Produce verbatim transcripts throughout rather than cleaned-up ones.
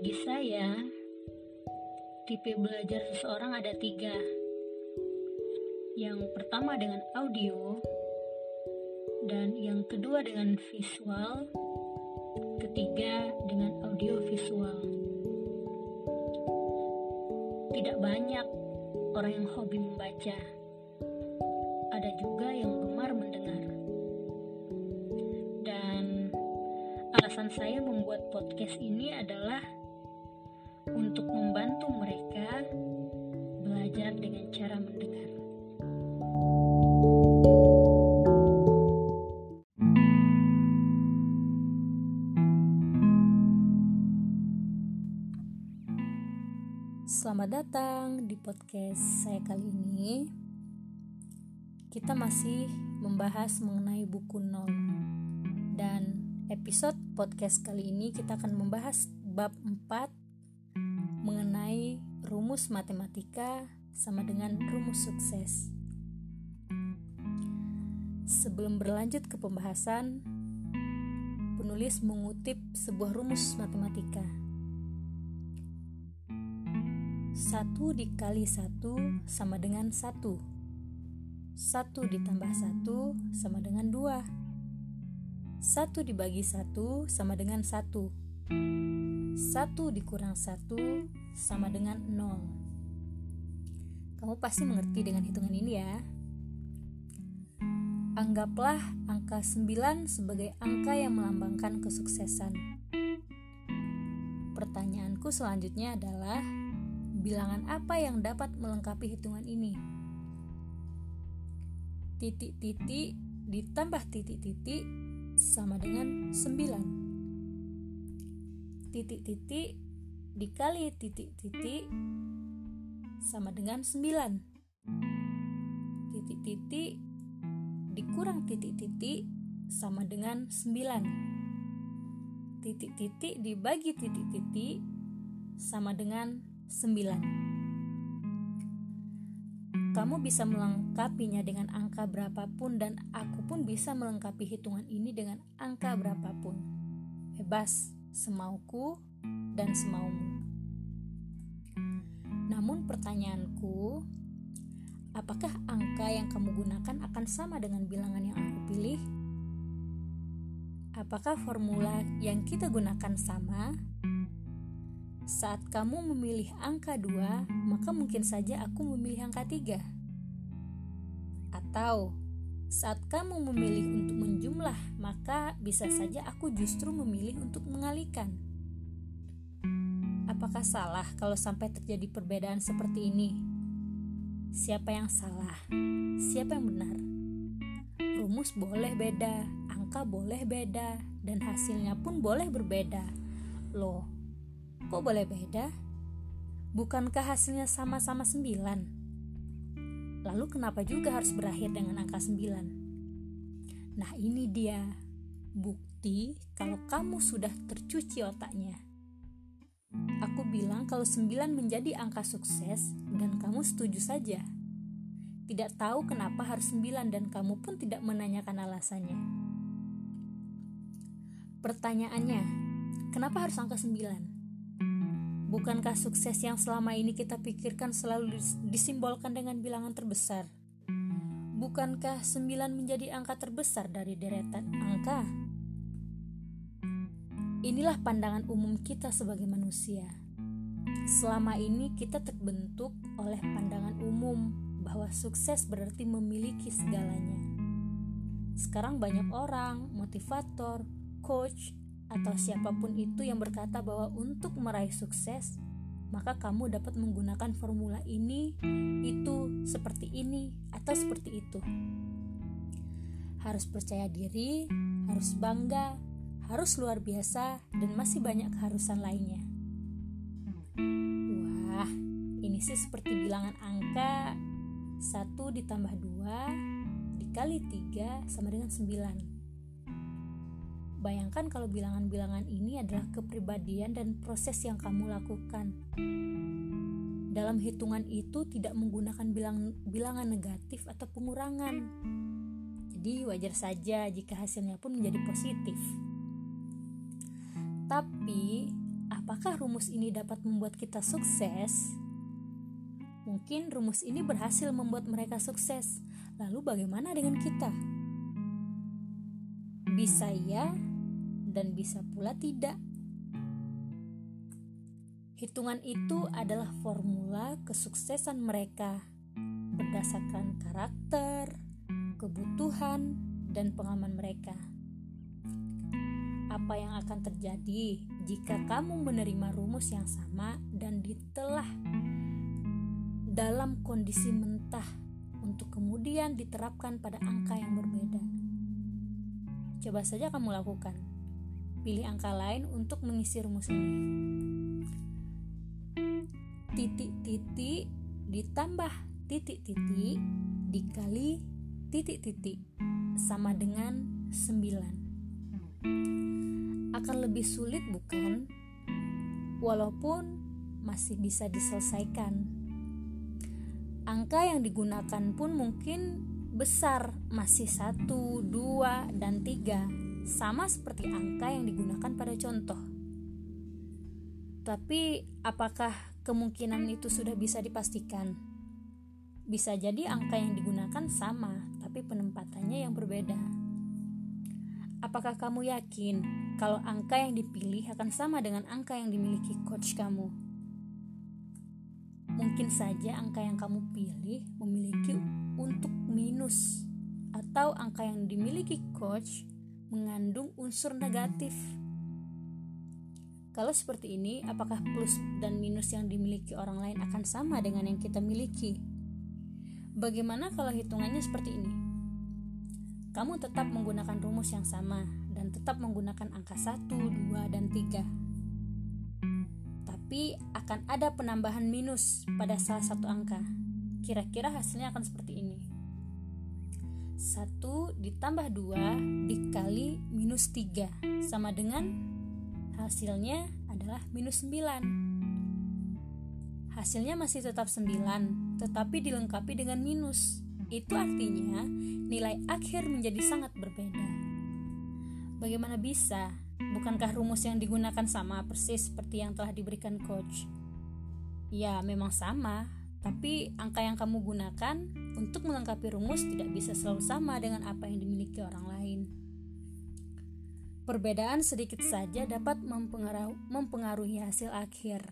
Bagi saya, tipe belajar seseorang ada tiga. Yang pertama dengan audio, dan yang kedua dengan visual, ketiga dengan audio visual. Tidak banyak orang yang hobi membaca, ada juga yang gemar mendengar. Dan alasan saya membuat podcast ini adalah untuk membantu mereka belajar dengan cara mendengar. Selamat datang di podcast saya kali ini. Kita masih membahas mengenai buku nol. Dan episode podcast kali ini kita akan membahas bab empat mengenai rumus matematika sama dengan rumus sukses. Sebelum berlanjut ke pembahasan, penulis mengutip sebuah rumus matematika. Satu dikali satu sama dengan satu. Satu ditambah satu sama dengan dua. Satu dibagi satu sama dengan satu. Satu dikurang satu sama dengan nol. Kamu pasti mengerti dengan hitungan ini ya. Anggaplah angka sembilan sebagai angka yang melambangkan kesuksesan. Pertanyaanku selanjutnya adalah, bilangan apa yang dapat melengkapi hitungan ini? Titik-titik ditambah titik-titik sama dengan sembilan. Titik-titik dikali titik-titik sama dengan sembilan. Titik-titik dikurang titik-titik sama dengan sembilan. Titik-titik dibagi titik-titik sama dengan sembilan. Kamu bisa melengkapinya dengan angka berapapun, dan aku pun bisa melengkapi hitungan ini dengan angka berapapun. Bebas, semauku dan semaumu. Namun pertanyaanku, apakah angka yang kamu gunakan akan sama dengan bilangan yang aku pilih? Apakah formula yang kita gunakan sama? Saat kamu memilih angka dua, maka mungkin saja aku memilih angka tiga. Atau saat kamu memilih untuk menjumlah, maka bisa saja aku justru memilih untuk mengalihkan. Apakah salah kalau sampai terjadi perbedaan seperti ini? Siapa yang salah? Siapa yang benar? Rumus boleh beda, angka boleh beda, dan hasilnya pun boleh berbeda. Loh, kok boleh beda? Bukankah hasilnya sama-sama sembilan? Lalu kenapa juga harus berakhir dengan angka sembilan? Nah, ini dia bukti kalau kamu sudah tercuci otaknya. Aku bilang kalau sembilan menjadi angka sukses dan kamu setuju saja. Tidak tahu kenapa harus sembilan dan kamu pun tidak menanyakan alasannya. Pertanyaannya, kenapa harus angka sembilan? Bukankah sukses yang selama ini kita pikirkan selalu disimbolkan dengan bilangan terbesar? Bukankah sembilan menjadi angka terbesar dari deretan angka? Inilah pandangan umum kita sebagai manusia. Selama ini kita terbentuk oleh pandangan umum bahwa sukses berarti memiliki segalanya. Sekarang banyak orang, motivator, coach, atau siapapun itu yang berkata bahwa untuk meraih sukses, maka kamu dapat menggunakan formula ini, itu, seperti ini, atau seperti itu. Harus percaya diri, harus bangga, harus luar biasa, dan masih banyak keharusan lainnya. Wah, ini sih seperti bilangan angka satu ditambah dua dikali tiga sama dengan sembilan. Bayangkan kalau bilangan-bilangan ini adalah kepribadian dan proses yang kamu lakukan. Dalam hitungan itu tidak menggunakan bilang, bilangan negatif atau pengurangan. Jadi wajar saja jika hasilnya pun menjadi positif. Tapi apakah rumus ini dapat membuat kita sukses? Mungkin rumus ini berhasil membuat mereka sukses. Lalu bagaimana dengan kita? Bisa ya, dan bisa pula tidak. Hitungan itu adalah formula kesuksesan mereka berdasarkan karakter, kebutuhan, dan pengalaman mereka. Apa yang akan terjadi jika kamu menerima rumus yang sama dan ditelah dalam kondisi mentah untuk kemudian diterapkan pada angka yang berbeda? Coba saja kamu lakukan. Pilih angka lain untuk mengisi rumus ini. Titik-titik ditambah titik-titik dikali titik-titik sama dengan sembilan. Akan lebih sulit, bukan? Walaupun masih bisa diselesaikan. Angka yang digunakan pun mungkin besar, masih satu, dua, dan tiga, sama seperti angka yang digunakan pada contoh. Tapi apakah kemungkinan itu sudah bisa dipastikan? Bisa jadi angka yang digunakan sama, tapi penempatannya yang berbeda. Apakah kamu yakin kalau angka yang dipilih akan sama dengan angka yang dimiliki coach kamu? Mungkin saja angka yang kamu pilih memiliki untuk minus, atau angka yang dimiliki coach mengandung unsur negatif. Kalau seperti ini, apakah plus dan minus yang dimiliki orang lain akan sama dengan yang kita miliki? Bagaimana kalau hitungannya seperti ini? Kamu tetap menggunakan rumus yang sama dan tetap menggunakan angka satu, dua, dan tiga. Tapi akan ada penambahan minus pada salah satu angka. Kira-kira hasilnya akan seperti ini. satu ditambah dua dikali minus tiga sama dengan hasilnya adalah minus sembilan. Hasilnya masih tetap sembilan, tetapi dilengkapi dengan minus. Itu artinya nilai akhir menjadi sangat berbeda. Bagaimana bisa? Bukankah rumus yang digunakan sama persis seperti yang telah diberikan coach? Ya, memang sama, tapi angka yang kamu gunakan untuk melengkapi rumus tidak bisa selalu sama dengan apa yang dimiliki orang lain. Perbedaan sedikit saja dapat mempengaruhi, mempengaruhi hasil akhir.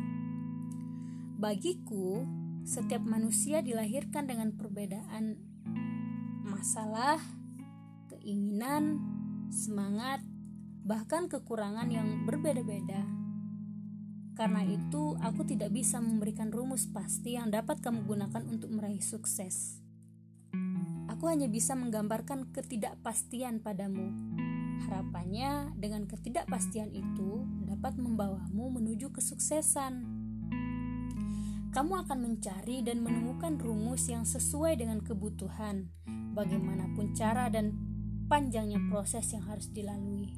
Bagiku, setiap manusia dilahirkan dengan perbedaan masalah, keinginan, semangat, bahkan kekurangan yang berbeda-beda. Karena itu, aku tidak bisa memberikan rumus pasti yang dapat kamu gunakan untuk meraih sukses. Aku hanya bisa menggambarkan ketidakpastian padamu. Harapannya dengan ketidakpastian itu dapat membawamu menuju kesuksesan. Kamu akan mencari dan menemukan rumus yang sesuai dengan kebutuhan, bagaimanapun cara dan panjangnya proses yang harus dilalui.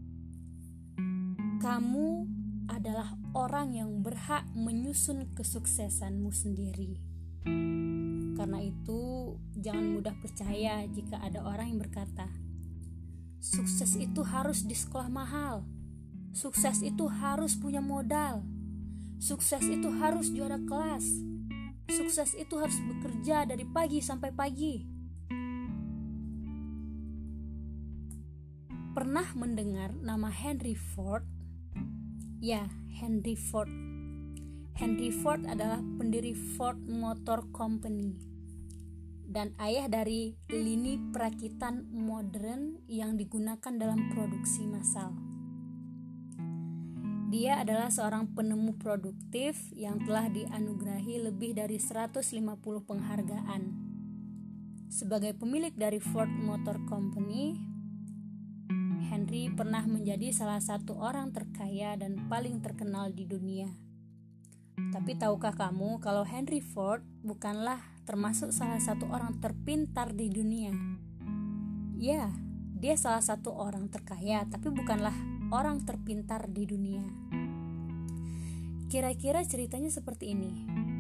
Kamu adalah orang yang berhak menyusun kesuksesanmu sendiri. Karena itu, jangan mudah percaya jika ada orang yang berkata, sukses itu harus di sekolah mahal. Sukses itu harus punya modal. Sukses itu harus juara kelas. Sukses itu harus bekerja dari pagi sampai pagi. Pernah mendengar nama Henry Ford? Ya, Henry Ford. Henry Ford adalah pendiri Ford Motor Company dan ayah dari lini perakitan modern yang digunakan dalam produksi massal. Dia adalah seorang penemu produktif yang telah dianugerahi lebih dari seratus lima puluh penghargaan. Sebagai pemilik dari Ford Motor Company, Henry pernah menjadi salah satu orang terkaya dan paling terkenal di dunia. Tapi tahukah kamu kalau Henry Ford bukanlah termasuk salah satu orang terpintar di dunia? Ya, dia salah satu orang terkaya, tapi bukanlah orang terpintar di dunia. Kira-kira ceritanya seperti ini.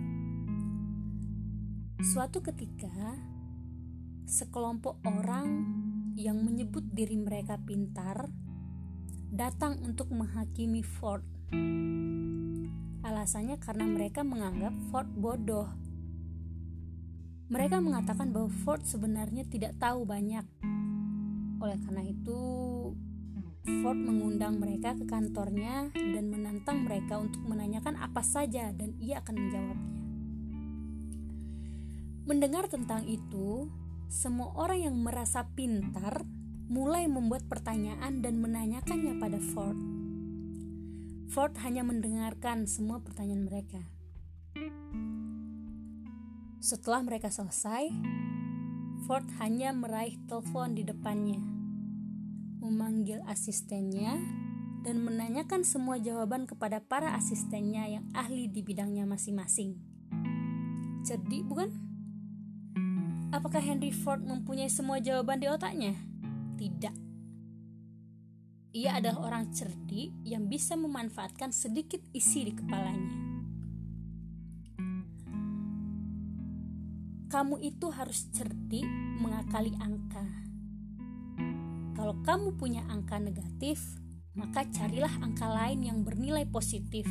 Suatu ketika, sekelompok orang yang menyebut diri mereka pintar datang untuk menghakimi Ford. Alasannya karena mereka menganggap Ford bodoh. Mereka mengatakan bahwa Ford sebenarnya tidak tahu banyak. Oleh karena itu, Ford mengundang mereka ke kantornya dan menantang mereka untuk menanyakan apa saja dan ia akan menjawabnya. Mendengar tentang itu, semua orang yang merasa pintar mulai membuat pertanyaan dan menanyakannya pada Ford. Ford hanya mendengarkan semua pertanyaan mereka. Setelah mereka selesai, Ford hanya meraih telepon di depannya, memanggil asistennya, dan menanyakan semua jawaban kepada para asistennya yang ahli di bidangnya masing-masing. Cerdik, bukan? Apakah Henry Ford mempunyai semua jawaban di otaknya? Tidak. Ia adalah orang cerdik yang bisa memanfaatkan sedikit isi di kepalanya. Kamu itu harus cerdik mengakali angka. Kalau kamu punya angka negatif, maka carilah angka lain yang bernilai positif.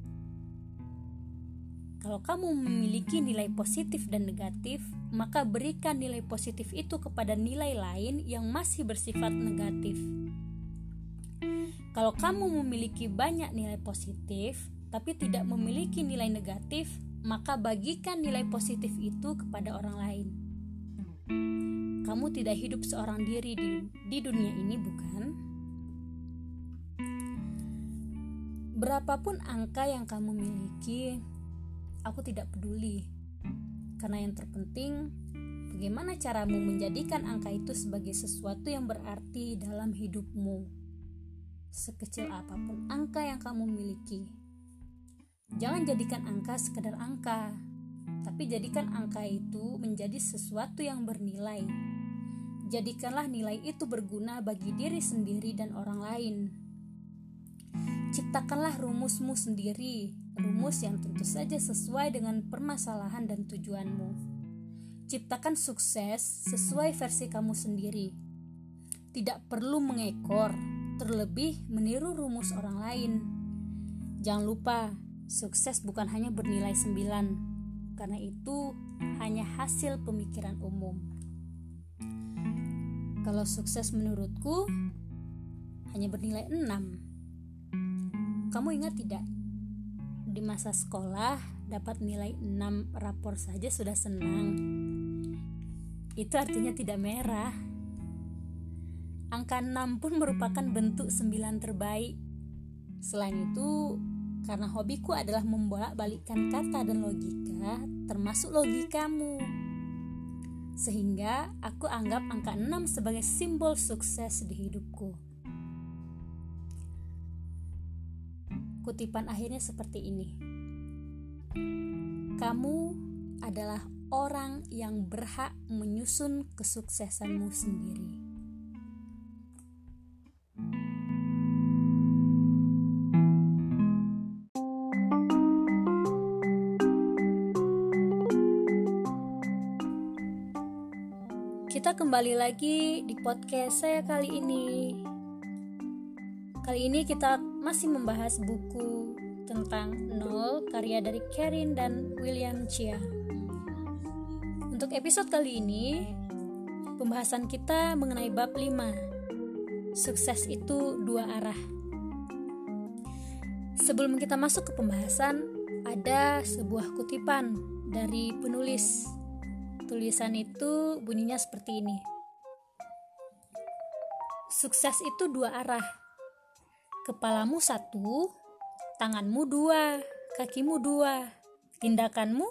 Kalau kamu memiliki nilai positif dan negatif, maka berikan nilai positif itu kepada nilai lain yang masih bersifat negatif. Kalau kamu memiliki banyak nilai positif, tapi tidak memiliki nilai negatif, maka bagikan nilai positif itu kepada orang lain. Kamu tidak hidup seorang diri di, di dunia ini, bukan? Berapapun angka yang kamu miliki, aku tidak peduli. Karena yang terpenting, bagaimana caramu menjadikan angka itu sebagai sesuatu yang berarti dalam hidupmu. Sekecil apapun angka yang kamu miliki, jangan jadikan angka sekedar angka, tapi jadikan angka itu menjadi sesuatu yang bernilai. Jadikanlah nilai itu berguna bagi diri sendiri dan orang lain. Ciptakanlah rumusmu sendiri, rumus yang tentu saja sesuai dengan permasalahan dan tujuanmu. Ciptakan sukses sesuai versi kamu sendiri. Tidak perlu mengekor, terlebih meniru rumus orang lain. Jangan lupa, sukses bukan hanya bernilai sembilan, karena itu hanya hasil pemikiran umum. Kalau sukses menurutku hanya bernilai enam. Kamu ingat tidak? Di masa sekolah dapat nilai enam rapor saja sudah senang. Itu artinya tidak merah. Angka enam pun merupakan bentuk sembilan terbaik. Selain itu, karena hobiku adalah membolak-balikkan kata dan logika, termasuk logikamu. Sehingga aku anggap angka enam sebagai simbol sukses di hidupku. Kutipan akhirnya seperti ini. Kamu adalah orang yang berhak menyusun kesuksesanmu sendiri. Kita kembali lagi di podcast saya kali ini. Kali ini kita masih membahas buku tentang Nol, karya dari Karin dan William Chia. Untuk episode kali ini, pembahasan kita mengenai bab lima. Sukses itu dua arah. Sebelum kita masuk ke pembahasan, ada sebuah kutipan dari penulis. Tulisan itu bunyinya seperti ini. Sukses itu dua arah. Kepalamu satu, tanganmu dua, kakimu dua, tindakanmu.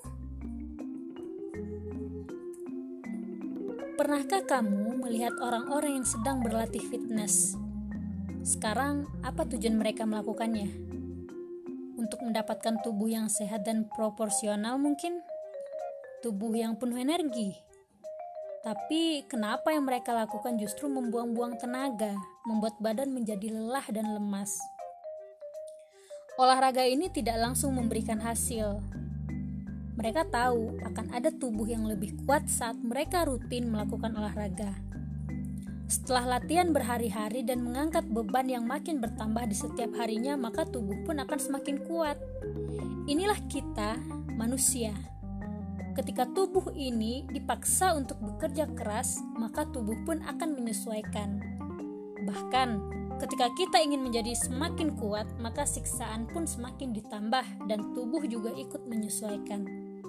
Pernahkah kamu melihat orang-orang yang sedang berlatih fitness? Sekarang, apa tujuan mereka melakukannya? Untuk mendapatkan tubuh yang sehat dan proporsional mungkin? Tubuh yang penuh energi? Tapi kenapa yang mereka lakukan justru membuang-buang tenaga, membuat badan menjadi lelah dan lemas? Olahraga ini tidak langsung memberikan hasil. Mereka tahu akan ada tubuh yang lebih kuat saat mereka rutin melakukan olahraga. Setelah latihan berhari-hari dan mengangkat beban yang makin bertambah di setiap harinya, maka tubuh pun akan semakin kuat. Inilah kita, manusia. Ketika tubuh ini dipaksa untuk bekerja keras, maka tubuh pun akan menyesuaikan. Bahkan, ketika kita ingin menjadi semakin kuat, maka siksaan pun semakin ditambah dan tubuh juga ikut menyesuaikan.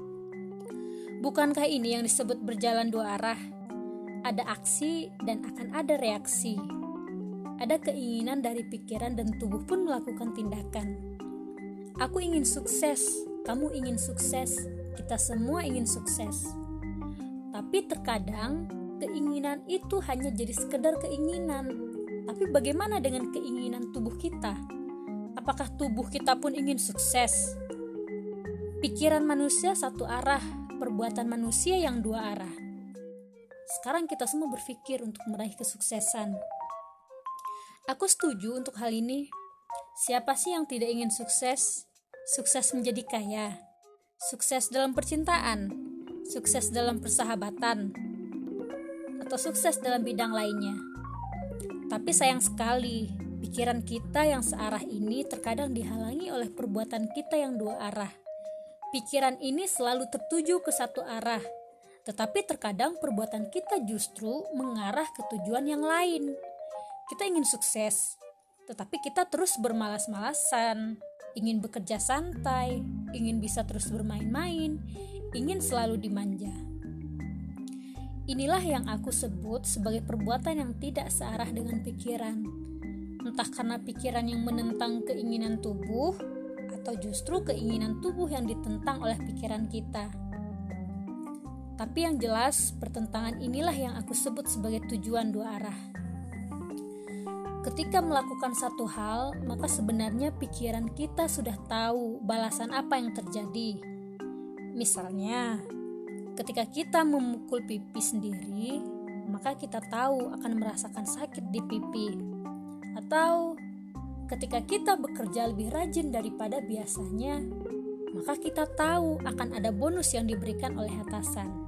Bukankah ini yang disebut berjalan dua arah? Ada aksi dan akan ada reaksi. Ada keinginan dari pikiran dan tubuh pun melakukan tindakan. Aku ingin sukses, kamu ingin sukses, kita semua ingin sukses. Tapi terkadang keinginan itu hanya jadi sekedar keinginan. Tapi bagaimana dengan keinginan tubuh kita? Apakah tubuh kita pun ingin sukses? Pikiran manusia satu arah, perbuatan manusia yang dua arah. Sekarang kita semua berpikir untuk meraih kesuksesan. Aku setuju untuk hal ini. Siapa sih yang tidak ingin sukses? Sukses menjadi kaya, sukses dalam percintaan, sukses dalam persahabatan, atau sukses dalam bidang lainnya. Tapi sayang sekali, pikiran kita yang searah ini terkadang dihalangi oleh perbuatan kita yang dua arah. Pikiran ini selalu tertuju ke satu arah, tetapi terkadang perbuatan kita justru mengarah ke tujuan yang lain. Kita ingin sukses, tetapi kita terus bermalas-malasan, ingin bekerja santai, ingin bisa terus bermain-main, ingin selalu dimanja. Inilah yang aku sebut sebagai perbuatan yang tidak searah dengan pikiran. Entah karena pikiran yang menentang keinginan tubuh, atau justru keinginan tubuh yang ditentang oleh pikiran kita. Tapi yang jelas, pertentangan inilah yang aku sebut sebagai tujuan dua arah. Ketika melakukan satu hal, maka sebenarnya pikiran kita sudah tahu balasan apa yang terjadi. Misalnya, ketika kita memukul pipi sendiri, maka kita tahu akan merasakan sakit di pipi. Atau ketika kita bekerja lebih rajin daripada biasanya, maka kita tahu akan ada bonus yang diberikan oleh atasan.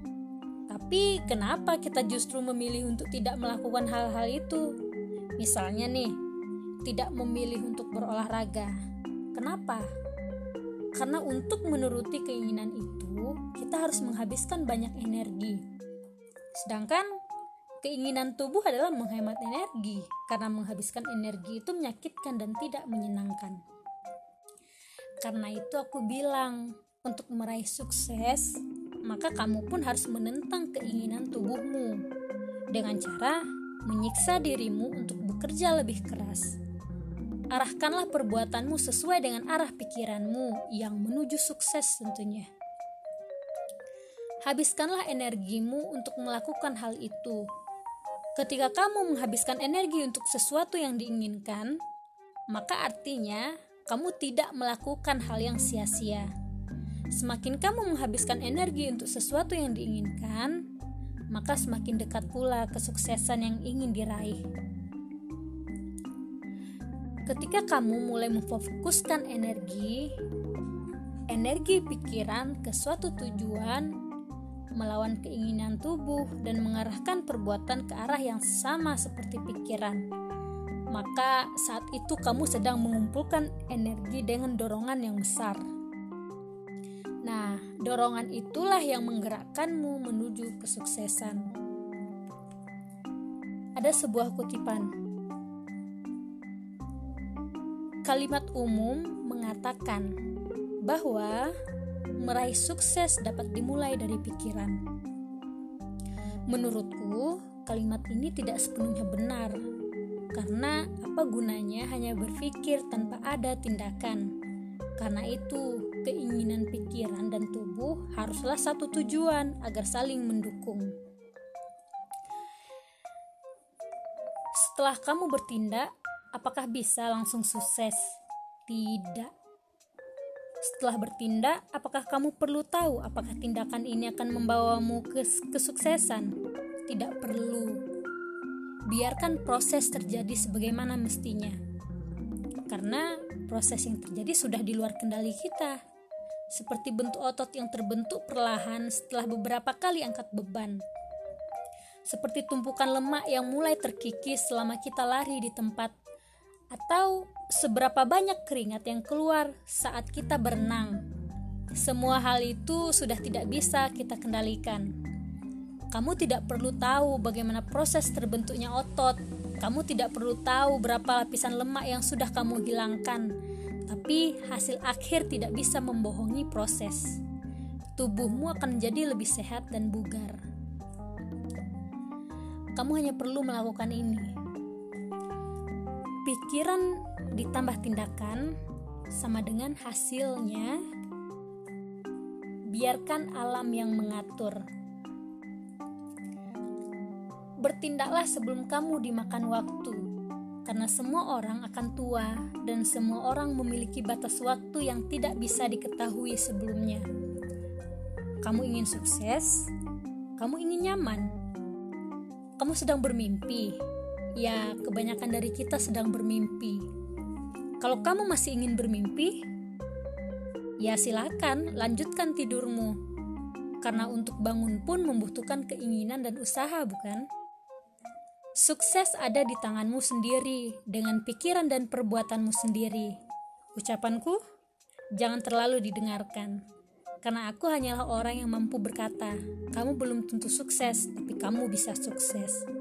Tapi kenapa kita justru memilih untuk tidak melakukan hal-hal itu? Misalnya nih, tidak memilih untuk berolahraga. Kenapa? Karena untuk menuruti keinginan itu, kita harus menghabiskan banyak energi. Sedangkan keinginan tubuh adalah menghemat energi, karena menghabiskan energi itu menyakitkan dan tidak menyenangkan. Karena itu aku bilang, untuk meraih sukses, maka kamu pun harus menentang keinginan tubuhmu dengan cara menyiksa dirimu untuk bekerja lebih keras. Arahkanlah perbuatanmu sesuai dengan arah pikiranmu yang menuju sukses tentunya. Habiskanlah energimu untuk melakukan hal itu. Ketika kamu menghabiskan energi untuk sesuatu yang diinginkan, maka artinya kamu tidak melakukan hal yang sia-sia. Semakin kamu menghabiskan energi untuk sesuatu yang diinginkan, maka semakin dekat pula kesuksesan yang ingin diraih. Ketika kamu mulai memfokuskan energi, energi pikiran ke suatu tujuan, melawan keinginan tubuh dan mengarahkan perbuatan ke arah yang sama seperti pikiran, maka saat itu kamu sedang mengumpulkan energi dengan dorongan yang besar. Nah, dorongan itulah yang menggerakkanmu menuju kesuksesan. Ada sebuah kutipan. Kalimat umum mengatakan bahwa meraih sukses dapat dimulai dari pikiran. Menurutku, kalimat ini tidak sepenuhnya benar. Karena apa gunanya hanya berpikir tanpa ada tindakan? Karena itu, keinginan pikiran dan tubuh haruslah satu tujuan agar saling mendukung. Setelah kamu bertindak, apakah bisa langsung sukses? Tidak. Setelah bertindak, apakah kamu perlu tahu apakah tindakan ini akan membawamu ke kesuksesan? Tidak perlu. Biarkan proses terjadi sebagaimana mestinya. Karena proses yang terjadi sudah di luar kendali kita. Seperti bentuk otot yang terbentuk perlahan setelah beberapa kali angkat beban. seperti tumpukan lemak yang mulai terkikis selama kita lari di tempat, atau seberapa banyak keringat yang keluar saat kita berenang. Semua hal itu sudah tidak bisa kita kendalikan. Kamu tidak perlu tahu bagaimana proses terbentuknya otot. Kamu tidak perlu tahu berapa lapisan lemak yang sudah kamu hilangkan. Tapi hasil akhir tidak bisa membohongi proses. Tubuhmu akan menjadi lebih sehat dan bugar. Kamu hanya perlu melakukan ini. Pikiran ditambah tindakan sama dengan hasilnya. Biarkan alam yang mengatur. Bertindaklah sebelum kamu dimakan waktu, karena semua orang akan tua dan semua orang memiliki batas waktu yang tidak bisa diketahui sebelumnya. Kamu ingin sukses? Kamu ingin nyaman? Kamu sedang bermimpi? Ya, kebanyakan dari kita sedang bermimpi. Kalau kamu masih ingin bermimpi, ya silakan lanjutkan tidurmu. Karena untuk bangun pun membutuhkan keinginan dan usaha, bukan? Sukses ada di tanganmu sendiri, dengan pikiran dan perbuatanmu sendiri. Ucapanku, jangan terlalu didengarkan. Karena aku hanyalah orang yang mampu berkata, kamu belum tentu sukses, tapi kamu bisa sukses.